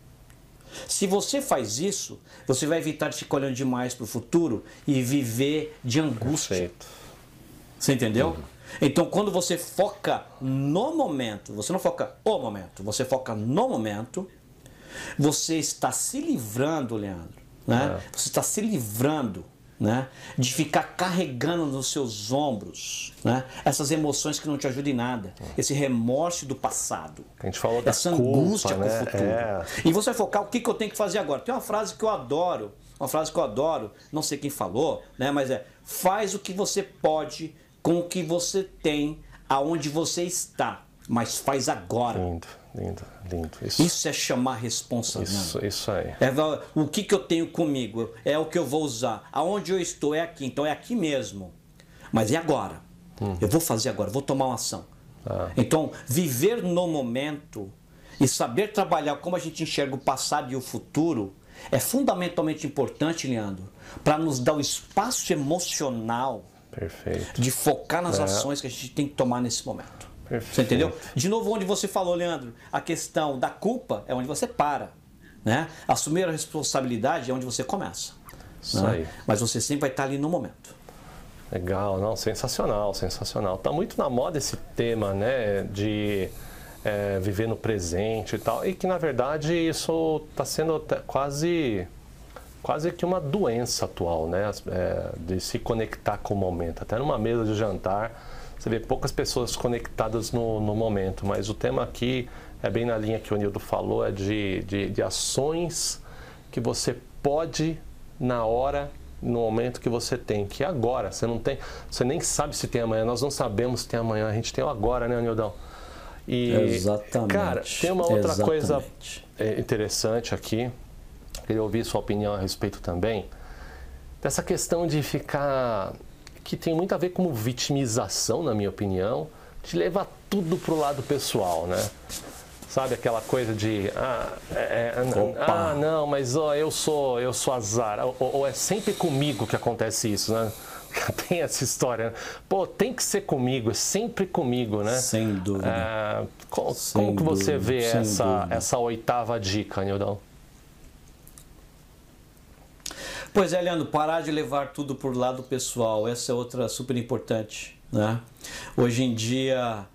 Se você faz isso, você vai evitar de ficar olhando demais para o futuro e viver de angústia. Perfeito. Você entendeu? Então, quando você foca no momento, você não foca o momento, você foca no momento, você está se livrando, Leandro, né? Você está se livrando, né, de ficar carregando nos seus ombros, né, essas emoções que não te ajudam em nada, esse remorso do passado, a gente falou essa angústia com o futuro. E você vai focar o que eu tenho que fazer agora. Tem uma frase que eu adoro, não sei quem falou, né, mas faz o que você pode com o que você tem, aonde você está, mas faz agora. Lindo. Isso é chamar responsabilidade. Isso aí. O que eu tenho comigo é o que eu vou usar. Aonde eu estou é aqui, então é aqui mesmo. Mas é agora. Eu vou fazer agora, vou tomar uma ação. Então, viver no momento e saber trabalhar como a gente enxerga o passado e o futuro é fundamentalmente importante, Leandro, para nos dar o espaço emocional de focar nas ações que a gente tem que tomar nesse momento. Perfeito. Você entendeu? De novo, onde você falou, Leandro, a questão da culpa é onde você para, né? Assumir a responsabilidade é onde você começa. Isso aí. Mas você sempre vai estar ali no momento. Legal, não, sensacional. Tá muito na moda esse tema, né, de viver no presente e tal. E que, na verdade, isso está sendo quase que uma doença atual, né? De se conectar com o momento. Até numa mesa de jantar, você vê poucas pessoas conectadas no momento. Mas o tema aqui é bem na linha que o Nildo falou, é de ações que você pode, na hora, no momento que você tem. Que agora, você nem sabe se tem amanhã. Nós não sabemos se tem amanhã, a gente tem o agora, né, Nildão? E, exatamente. Cara, tem uma outra coisa interessante aqui. Queria ouvir sua opinião a respeito também. Dessa questão de ficar... que tem muito a ver com vitimização, na minha opinião. De levar tudo pro lado pessoal, né? Sabe aquela coisa de... não, mas eu sou azar. Ou é sempre comigo que acontece isso, né? Tem essa história, né? Pô, tem que ser comigo, é sempre comigo, né? Sem dúvida. Como que você vê essa oitava dica, Nildão? Pois é, Leandro, parar de levar tudo por lado pessoal, essa é outra super importante, né? Hoje em dia,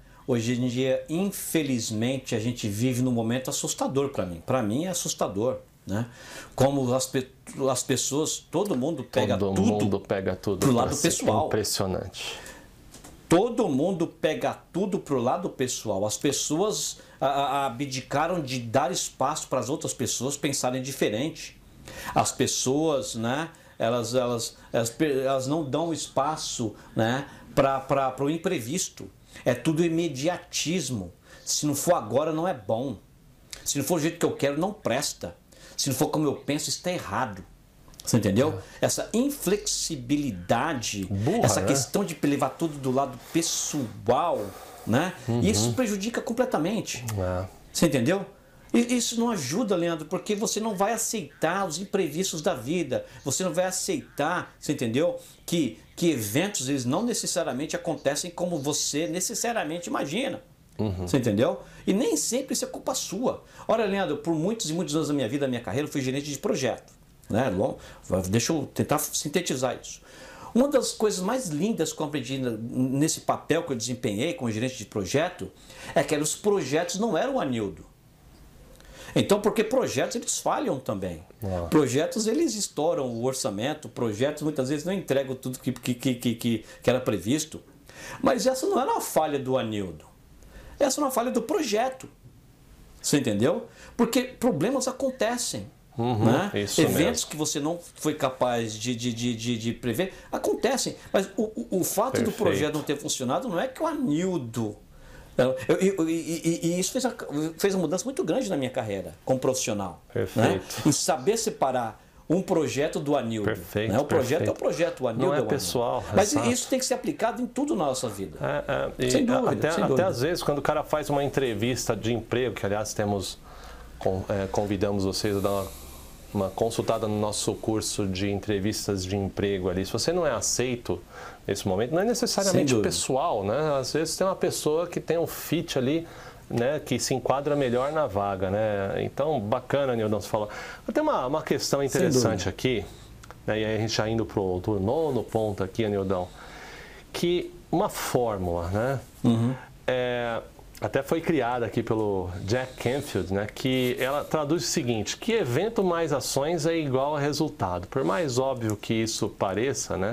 infelizmente, a gente vive num momento assustador para mim. Para mim é assustador, né? Como as pessoas, todo mundo pega tudo pro lado pessoal. Impressionante. Todo mundo pega tudo pro lado pessoal. As pessoas abdicaram de dar espaço para as outras pessoas pensarem diferente. As pessoas, né? Elas não dão espaço, né? Para o imprevisto. É tudo imediatismo. Se não for agora, não é bom. Se não for do jeito que eu quero, não presta. Se não for como eu penso, está errado. Você entendeu? Essa inflexibilidade, essa questão de levar tudo do lado pessoal, né? Isso prejudica completamente. Você entendeu? E isso não ajuda, Leandro, porque você não vai aceitar os imprevistos da vida. Você não vai aceitar, você entendeu? Que eventos, eles não necessariamente acontecem como você necessariamente imagina. Você entendeu? E nem sempre isso é culpa sua. Olha, Leandro, por muitos e muitos anos da minha vida, da minha carreira, eu fui gerente de projeto. Né? Deixa eu tentar sintetizar isso. Uma das coisas mais lindas que eu aprendi nesse papel que eu desempenhei como gerente de projeto é que os projetos não eram o Anildo. Então, porque projetos eles falham também. Projetos eles estouram o orçamento, projetos muitas vezes não entregam tudo que era previsto. Mas essa não era uma falha do Anildo. Essa é uma falha do projeto. Você entendeu? Porque problemas acontecem. Né? Eventos que você não foi capaz de prever acontecem. Mas o fato do projeto não ter funcionado não é que o Anildo... E isso fez uma mudança muito grande na minha carreira como profissional. Né? Em saber separar um projeto do Anildo. Né? O projeto é o projeto, o Anildo não é o pessoal. Anildo. Mas isso tem que ser aplicado em tudo na nossa vida. Sem dúvida. Até às vezes, quando o cara faz uma entrevista de emprego, que aliás convidamos vocês a dar uma consultada no nosso curso de entrevistas de emprego ali. Se você não é aceito nesse momento, não é necessariamente pessoal, né? Às vezes tem uma pessoa que tem um fit ali, né, que se enquadra melhor na vaga, né? Então, bacana, Nildão, você falou. Tem uma questão interessante aqui, né, e aí a gente já indo para o nono ponto aqui, Nildão, que uma fórmula, né? Até foi criada aqui pelo Jack Canfield, né, que ela traduz o seguinte: que evento mais ações é igual a resultado. Por mais óbvio que isso pareça, né,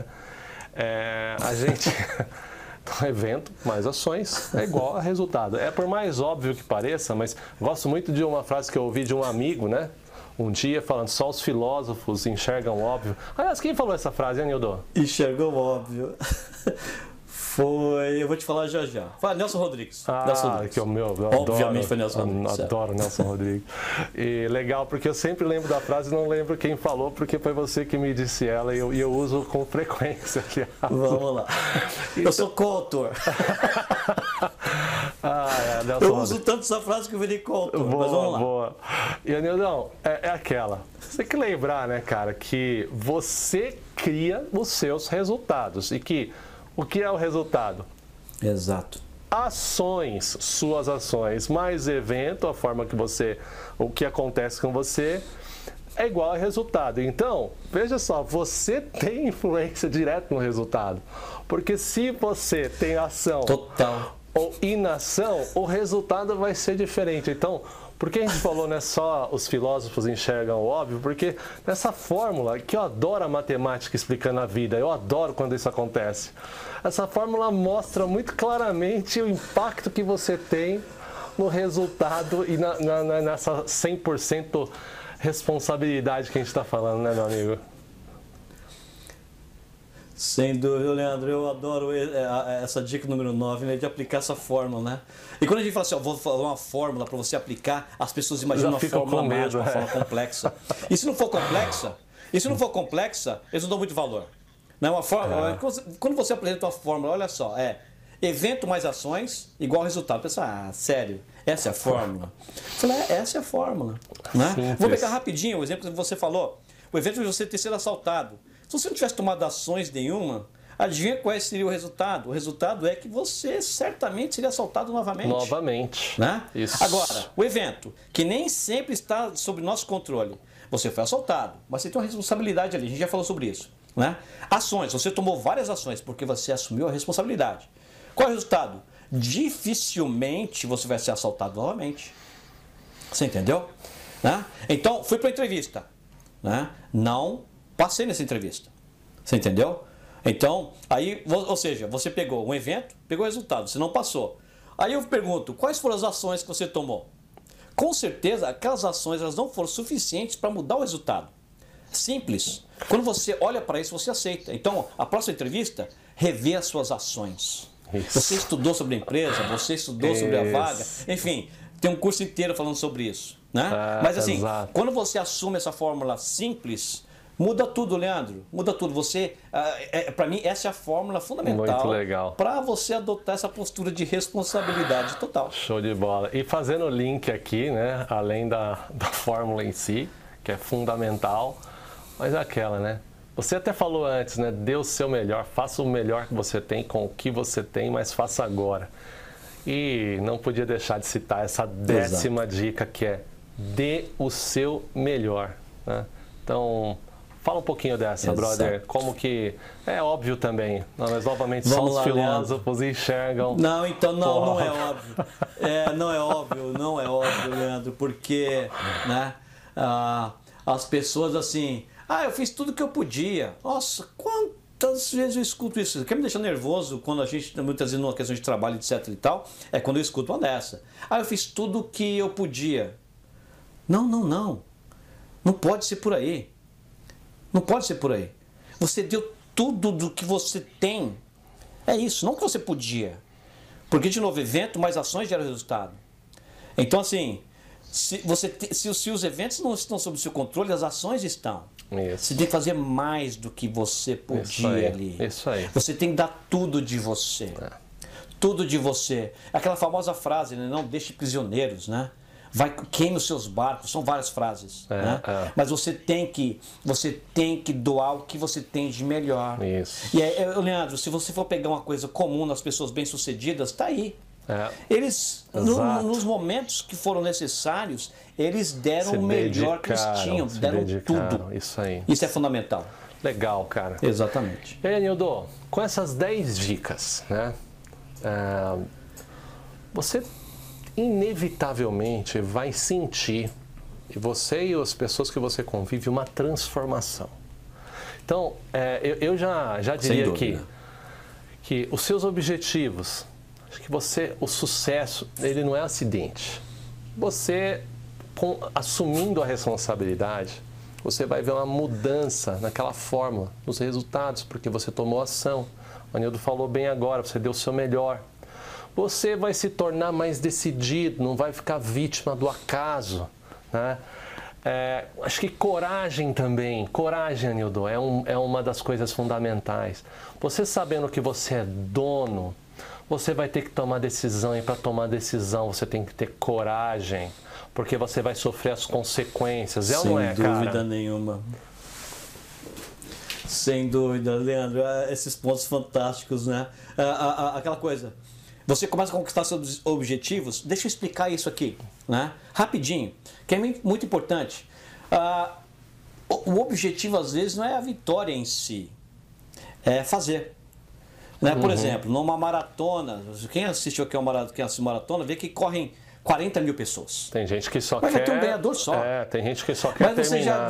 a gente... Então, evento mais ações é igual a resultado. É por mais óbvio que pareça, mas gosto muito de uma frase que eu ouvi de um amigo, né, um dia, falando: só os filósofos enxergam óbvio. Aliás, quem falou essa frase, Anildo? Enxergam óbvio. Eu vou te falar já. Fala, Nelson Rodrigues. Nelson Rodrigues. Que é o meu, obviamente foi Nelson Rodrigues. Adoro Nelson Rodrigues. E legal, porque eu sempre lembro da frase e não lembro quem falou, porque foi você que me disse ela e eu uso com frequência. Vamos lá. Eu sou coautor. Eu uso tanto essa frase que eu virei coautor. Mas vamos lá. Boa. E, Anildão, é aquela. Você tem que lembrar, né, cara, que você cria os seus resultados e que o que é o resultado? Exato. Ações, suas ações, mais evento, a forma que o que acontece com você é igual a resultado. Então, veja só, você tem influência direta no resultado. Porque se você tem ação ou inação, o resultado vai ser diferente. Então, por que a gente falou, né, só os filósofos enxergam o óbvio? Porque nessa fórmula, que eu adoro a matemática explicando a vida, eu adoro quando isso acontece. Essa fórmula mostra muito claramente o impacto que você tem no resultado e nessa 100% responsabilidade que a gente está falando, né, meu amigo? Sem dúvida, Leandro, eu adoro essa dica número 9, né, de aplicar essa fórmula, né? E quando a gente fala assim, ó, vou falar uma fórmula para você aplicar, as pessoas imaginam uma fórmula mágica, uma fórmula complexa. E se não for complexa, eles não dão muito valor. Não é uma fórmula. Quando você apresenta uma fórmula, olha só, evento mais ações igual resultado. Pensa, sério, essa é a fórmula? Eu falei, essa é a fórmula. Né? Vou pegar rapidinho o exemplo que você falou. O evento de você ter sido assaltado. Se você não tivesse tomado ações nenhuma, adivinha qual seria o resultado? O resultado é que você certamente seria assaltado novamente. Novamente. Né? Isso. Agora, o evento, que nem sempre está sob nosso controle. Você foi assaltado, mas você tem uma responsabilidade ali. A gente já falou sobre isso. Né? Ações, você tomou várias ações porque você assumiu a responsabilidade. Qual é o resultado? Dificilmente você vai ser assaltado novamente. Você entendeu? Né? Então, fui para a entrevista. Né? Não passei nessa entrevista. Você entendeu? Então, aí, ou seja, você pegou um evento, pegou o resultado, você não passou. Aí eu pergunto, quais foram as ações que você tomou? Com certeza, aquelas ações elas não foram suficientes para mudar o resultado. Simples. Quando você olha para isso, você aceita. Então, a próxima entrevista, revê as suas ações. Isso. Você estudou sobre a empresa, você estudou sobre a vaga, enfim, tem um curso inteiro falando sobre isso. Né? Mas assim, quando você assume essa fórmula simples, muda tudo, Leandro. Muda tudo. Você, para mim, essa é a fórmula fundamental para você adotar essa postura de responsabilidade total. Show de bola. E fazendo o link aqui, né, além da fórmula em si, que é fundamental, mas é aquela, né? Você até falou antes, né? Dê o seu melhor, faça o melhor que você tem com o que você tem, mas faça agora. E não podia deixar de citar essa 10ª dica, que é dê o seu melhor. Né? Então, fala um pouquinho dessa, brother. Como que... É óbvio também, mas novamente só os filósofos enxergam... Não, então não é óbvio. Não é óbvio, Leandro, porque né, as pessoas assim... eu fiz tudo que eu podia. Nossa, quantas vezes eu escuto isso? O que me deixa nervoso quando a gente, muitas vezes numa questão de trabalho, etc e tal, é quando eu escuto uma dessa. Eu fiz tudo que eu podia. Não. Não pode ser por aí. Não pode ser por aí. Você deu tudo do que você tem. É isso, não o que você podia. Porque, de novo, evento mais ações gera resultado. Então, assim, se os eventos não estão sob o seu controle, as ações estão. Isso. Você tem que fazer mais do que você podia ali. Isso aí. Você tem que dar tudo de você. Tudo de você. Aquela famosa frase, né? Não deixe prisioneiros, né? Queime os seus barcos, são várias frases. Né? Mas você tem que doar o que você tem de melhor. Isso. E Leandro, se você for pegar uma coisa comum nas pessoas bem-sucedidas, está aí. Eles, nos momentos que foram necessários, eles deram o melhor que eles tinham, deram tudo. Isso aí. Isso é fundamental. Legal, cara. Exatamente. E aí, Nildo, com essas 10 dicas, né? Você inevitavelmente vai sentir, e você e as pessoas que você convive, uma transformação. Então, eu já diria que os seus objetivos, acho que o sucesso, ele não é acidente. Você, assumindo a responsabilidade, você vai ver uma mudança naquela fórmula, nos resultados, porque você tomou ação. O Nildo falou bem agora, você deu o seu melhor. Você vai se tornar mais decidido, não vai ficar vítima do acaso. Né? Acho que coragem também. Coragem, Nildo, é uma das coisas fundamentais. Você sabendo que você é dono, você vai ter que tomar decisão, e para tomar decisão você tem que ter coragem, porque você vai sofrer as consequências. Ou não é, cara? Sem dúvida nenhuma. Sem dúvida, Leandro. Esses pontos fantásticos, né? Aquela coisa. Você começa a conquistar seus objetivos. Deixa eu explicar isso aqui, né? Rapidinho, que é muito importante. O objetivo, às vezes, não é a vitória em si. É fazer. Né? Por exemplo, numa maratona, quem assistiu aqui quem assiste maratona, vê que correm 40 mil pessoas. Tem gente que só mas quer... vai ter um ganhador só. Tem gente que só quer terminar.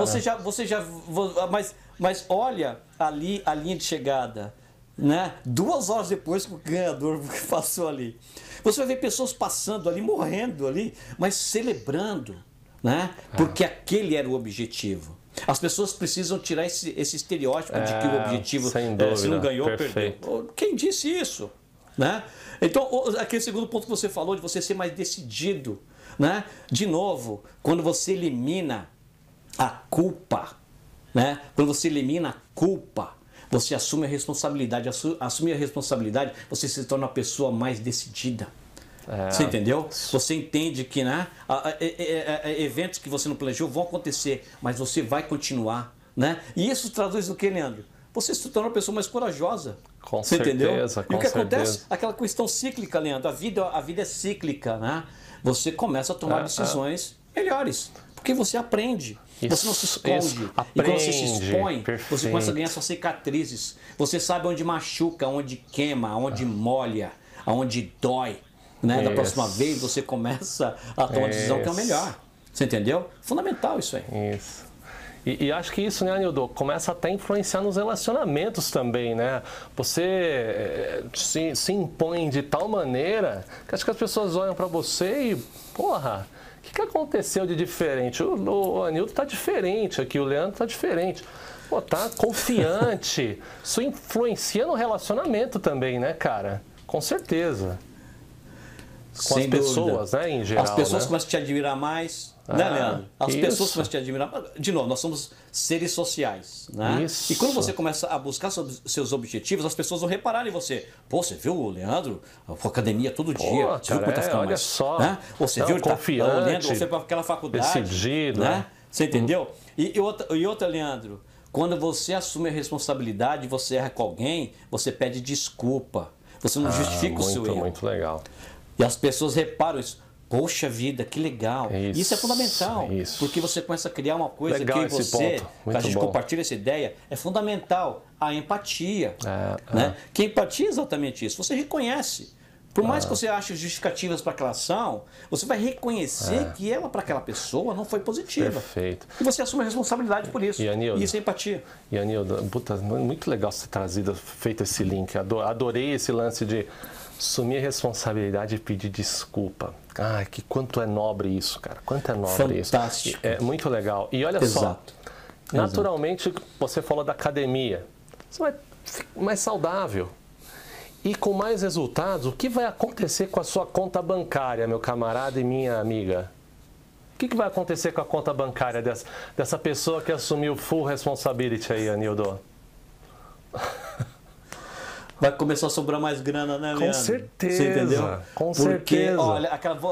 Mas olha ali a linha de chegada, né? 2 horas depois que o ganhador passou ali. Você vai ver pessoas passando ali, morrendo ali, mas celebrando, né? Porque aquele era o objetivo. As pessoas precisam tirar esse estereótipo de que o objetivo, sem dúvida, se não ganhou, perfeito. perdeu. Quem disse isso? Né? Então, aquele segundo ponto que você falou, de você ser mais decidido. Né? De novo, quando você elimina a culpa, né? Quando você elimina a culpa, você assume a responsabilidade. Assumir a responsabilidade, você se torna uma pessoa mais decidida. Você entendeu? Você entende que, né, eventos que você não planejou vão acontecer, mas você vai continuar. Né? E isso traduz o que, Leandro? Você se torna uma pessoa mais corajosa. Com você certeza, entendeu? E o que acontece? Certeza. Aquela questão cíclica, Leandro. A vida é cíclica, né? Você começa a tomar decisões melhores. Porque você aprende. Você não se esconde. E quando você se expõe, você começa a ganhar suas cicatrizes. Você sabe onde machuca, onde queima, onde molha, onde dói. Né? Da próxima vez você começa a tomar uma decisão que é o melhor. Você entendeu? Fundamental isso aí. Isso. E acho que isso, né, Anildo, começa até a influenciar nos relacionamentos também, né? Você se impõe de tal maneira que acho que as pessoas olham para você e, porra, o que aconteceu de diferente? O Anildo tá diferente aqui, o Leandro tá diferente. Pô, tá confiante. Isso influencia no relacionamento também, né, cara? Com certeza. Com as pessoas, né, em geral. As pessoas né? começam a te admirar mais, né, Leandro? As pessoas começam a te admirar. De novo, nós somos seres sociais, né? Isso. E quando você começa a buscar seus objetivos, as pessoas vão reparar em você. Pô, você viu o Leandro? A academia todo dia. Você viu quanto tá ficando olha mais? só. Né? Você viu ele confiante, tá olhando, você para aquela faculdade. Decidido. Né? Você entendeu? E outra, Leandro, quando você assume a responsabilidade, você erra com alguém, você pede desculpa. Você não justifica o seu erro. Muito legal. E as pessoas reparam isso. Poxa vida, que legal. Isso é fundamental. Porque você começa a criar uma coisa legal que você, a gente bom. compartilha essa ideia, é fundamental. A empatia. Né? Que a empatia é exatamente isso. Você reconhece. Por mais que você ache justificativas para aquela ação, você vai reconhecer que ela para aquela pessoa não foi positiva. Perfeito. E você assume a responsabilidade por isso. E isso é empatia. E Anildo, puta, muito legal você ter feito esse link. Adorei esse lance de assumir a responsabilidade e pedir desculpa. Ah, que quanto é nobre isso, cara. Quanto é nobre isso. Fantástico. É muito legal. E olha só, naturalmente você falou da academia. Você vai ficar mais saudável. E com mais resultados, o que vai acontecer com a sua conta bancária, meu camarada e minha amiga? O que vai acontecer com a conta bancária dessa pessoa que assumiu full responsibility aí, Anildo? Vai começar a sobrar mais grana, né, Leandro? Com certeza. Você entendeu? Com Porque, certeza. olha,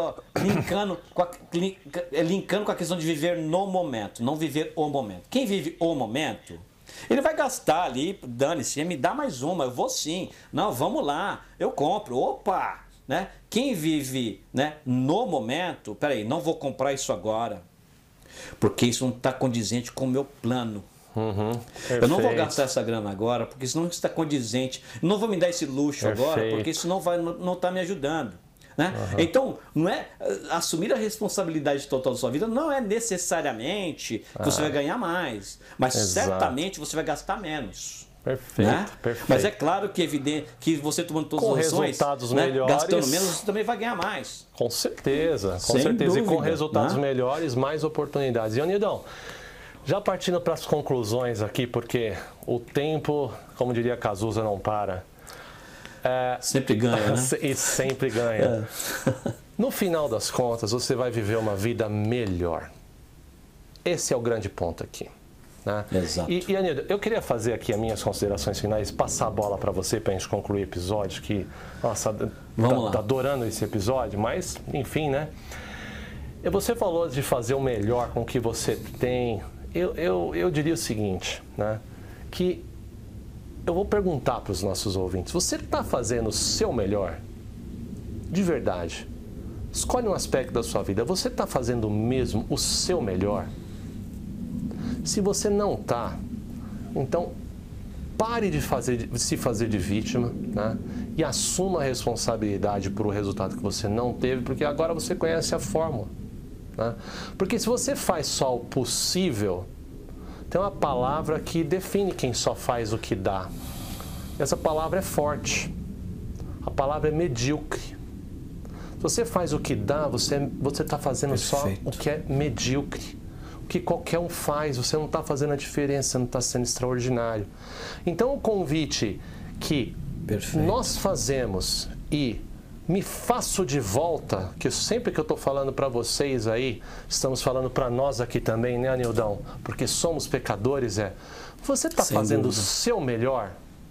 linkando com a questão de viver no momento, não viver o momento. Quem vive o momento, ele vai gastar ali, dane-se, me dá mais uma, eu vou sim. Não, vamos lá, eu compro, opa! Né? Quem vive, né, no momento, peraí, não vou comprar isso agora, porque isso não está condizente com o meu plano. Eu não vou gastar essa grana agora, porque isso não está condizente. Não vou me dar esse luxo agora, porque isso não está me ajudando. Né? Então, não é assumir a responsabilidade total da sua vida não é necessariamente que você vai ganhar mais, mas certamente você vai gastar menos. Perfeito, né? perfeito. Mas é claro que é evidente que você tomando todas as ações, resultados né, melhores, gastando menos, você também vai ganhar mais. Com certeza, com Sem certeza. dúvida, E com resultados né? melhores, mais oportunidades. E, Anildão, já partindo para as conclusões aqui, porque o tempo, como diria Cazuza, não para. Sempre ganha, né? E sempre ganha. No final das contas, você vai viver uma vida melhor. Esse é o grande ponto aqui. Né? Exato. E Anildo, eu queria fazer aqui as minhas considerações finais, passar a bola para você para a gente concluir o episódio, que, nossa, tá adorando esse episódio, mas, enfim, né? Você falou de fazer o melhor com o que você tem. Eu diria o seguinte, né? Que eu vou perguntar para os nossos ouvintes, você está fazendo o seu melhor? De verdade. Escolhe um aspecto da sua vida, você está fazendo mesmo o seu melhor? Se você não está, então pare de se fazer de vítima, né? E assuma a responsabilidade por o resultado que você não teve, porque agora você conhece a fórmula, né? Porque se você faz só o possível, tem uma palavra que define quem só faz o que dá. Essa palavra é forte. A palavra é medíocre. Se você faz o que dá, você está fazendo só o que é medíocre. O que qualquer um faz, você não está fazendo a diferença, você não está sendo extraordinário. Então o convite que nós fazemos e me faço de volta, que sempre que eu estou falando para vocês aí, estamos falando para nós aqui também, né, Anildão? Porque somos pecadores, você está fazendo o seu melhor?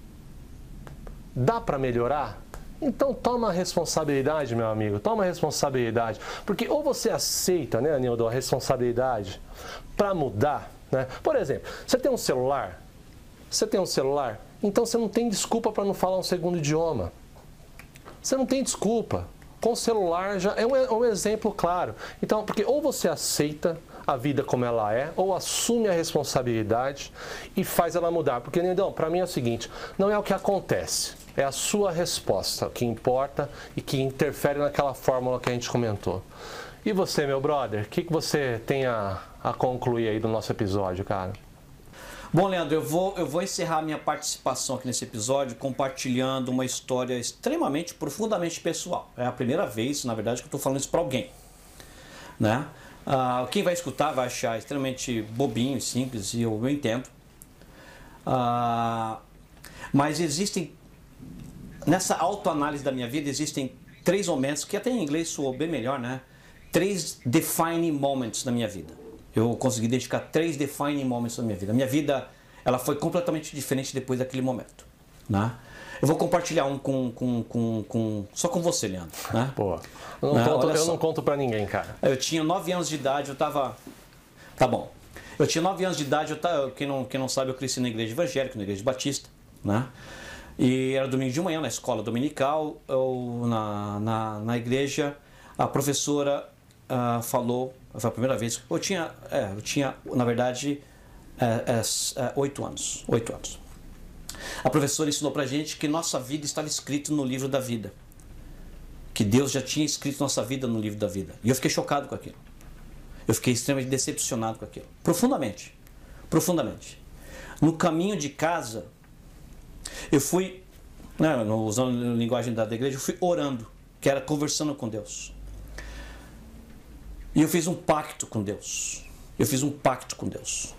Dá para melhorar? Então toma a responsabilidade, meu amigo, toma a responsabilidade. Porque ou você aceita, né, Anildão, a responsabilidade para mudar, né? Por exemplo, você tem um celular, então você não tem desculpa para não falar um segundo idioma. Você não tem desculpa. Com o celular já é um exemplo claro. Então, porque ou você aceita a vida como ela é, ou assume a responsabilidade e faz ela mudar. Porque, Nildão, para mim é o seguinte, não é o que acontece, é a sua resposta que importa e que interfere naquela fórmula que a gente comentou. E você, meu brother, o que você tem a concluir aí do nosso episódio, cara? Bom, Leandro, eu vou encerrar minha participação aqui nesse episódio compartilhando uma história extremamente, profundamente pessoal. É a primeira vez, na verdade, que eu estou falando isso para alguém, né? Quem vai escutar vai achar extremamente bobinho e simples, e eu entendo. Mas existem, nessa autoanálise da minha vida, existem 3 momentos, que até em inglês soou bem melhor, né? 3 defining moments da minha vida. Eu consegui dedicar 3 defining moments da minha vida. A minha vida, ela foi completamente diferente depois daquele momento, né? Eu vou compartilhar um só com você, Leandro, né? Pô, eu não conto pra ninguém, cara. Eu tinha 9 anos de idade, eu tava... Tá bom. Eu tinha 9 anos de idade, quem não sabe, eu cresci na igreja evangélica, na igreja batista, né? E era domingo de manhã, na escola dominical, na igreja, a professora falou... Foi a primeira vez. Eu tinha na verdade, 8 anos. 8 anos. A professora ensinou pra gente que nossa vida estava escrita no livro da vida. Que Deus já tinha escrito nossa vida no livro da vida. E eu fiquei chocado com aquilo. Eu fiquei extremamente decepcionado com aquilo. Profundamente. Profundamente. No caminho de casa, eu fui, né, usando a linguagem da igreja, eu fui orando, que era conversando com Deus. E eu fiz um pacto com Deus. Eu fiz um pacto com Deus.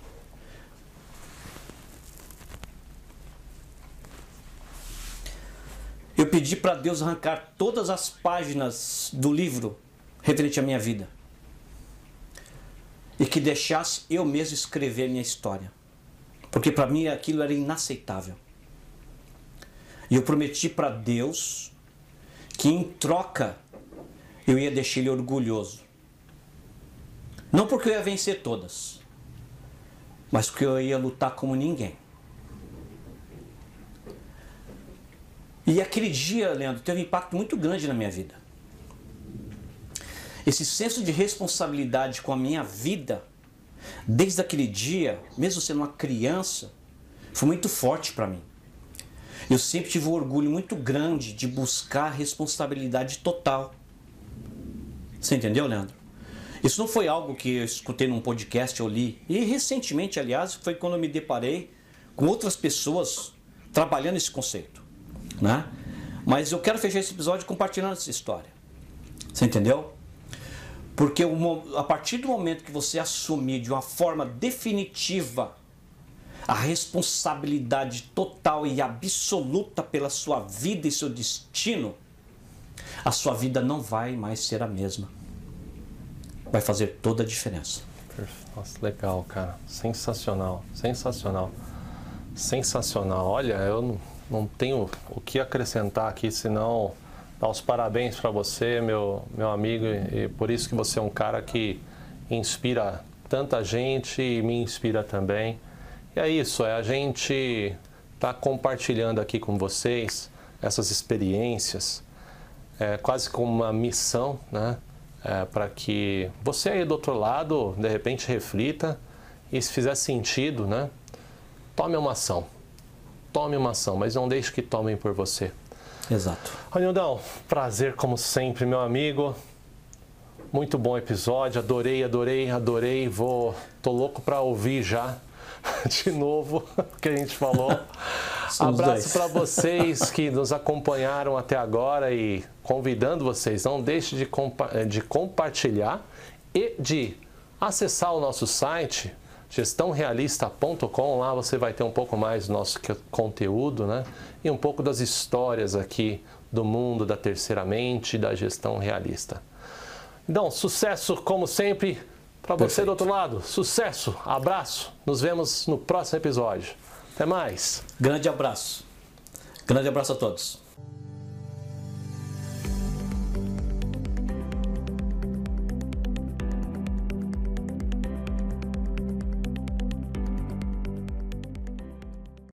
Eu pedi para Deus arrancar todas as páginas do livro referente à minha vida. E que deixasse eu mesmo escrever a minha história. Porque para mim aquilo era inaceitável. E eu prometi para Deus que em troca eu ia deixar ele orgulhoso. Não porque eu ia vencer todas, mas porque eu ia lutar como ninguém. E aquele dia, Leandro, teve um impacto muito grande na minha vida. Esse senso de responsabilidade com a minha vida, desde aquele dia, mesmo sendo uma criança, foi muito forte para mim. Eu sempre tive um orgulho muito grande de buscar responsabilidade total. Você entendeu, Leandro? Isso não foi algo que eu escutei num podcast, eu li. E recentemente, aliás, foi quando eu me deparei com outras pessoas trabalhando esse conceito, né? Mas eu quero fechar esse episódio compartilhando essa história. Você entendeu? Porque a partir do momento que você assumir de uma forma definitiva a responsabilidade total e absoluta pela sua vida e seu destino, a sua vida não vai mais ser a mesma. Vai fazer toda a diferença. Nossa, legal, cara. Sensacional, sensacional. Sensacional. Olha, eu não tenho o que acrescentar aqui, senão dar os parabéns para você, meu amigo, e por isso que você é um cara que inspira tanta gente e me inspira também. E é isso, a gente tá compartilhando aqui com vocês essas experiências, quase como uma missão, né? Para que você aí do outro lado, de repente, reflita e se fizer sentido, né? Tome uma ação. tome uma ação, mas não deixe que tomem por você. Exato. Ronildão, prazer como sempre, meu amigo. Muito bom episódio, adorei. Tô louco para ouvir já de novo o que a gente falou. Abraço para vocês que nos acompanharam até agora e convidando vocês, não deixe de compartilhar e de acessar o nosso site gestãorealista.com. Lá você vai ter um pouco mais do nosso conteúdo, né? E um pouco das histórias aqui do mundo da terceira mente e da gestão realista. Então, sucesso como sempre para você do outro lado. Sucesso, abraço. Nos vemos no próximo episódio. Até mais. Grande abraço. Grande abraço a todos.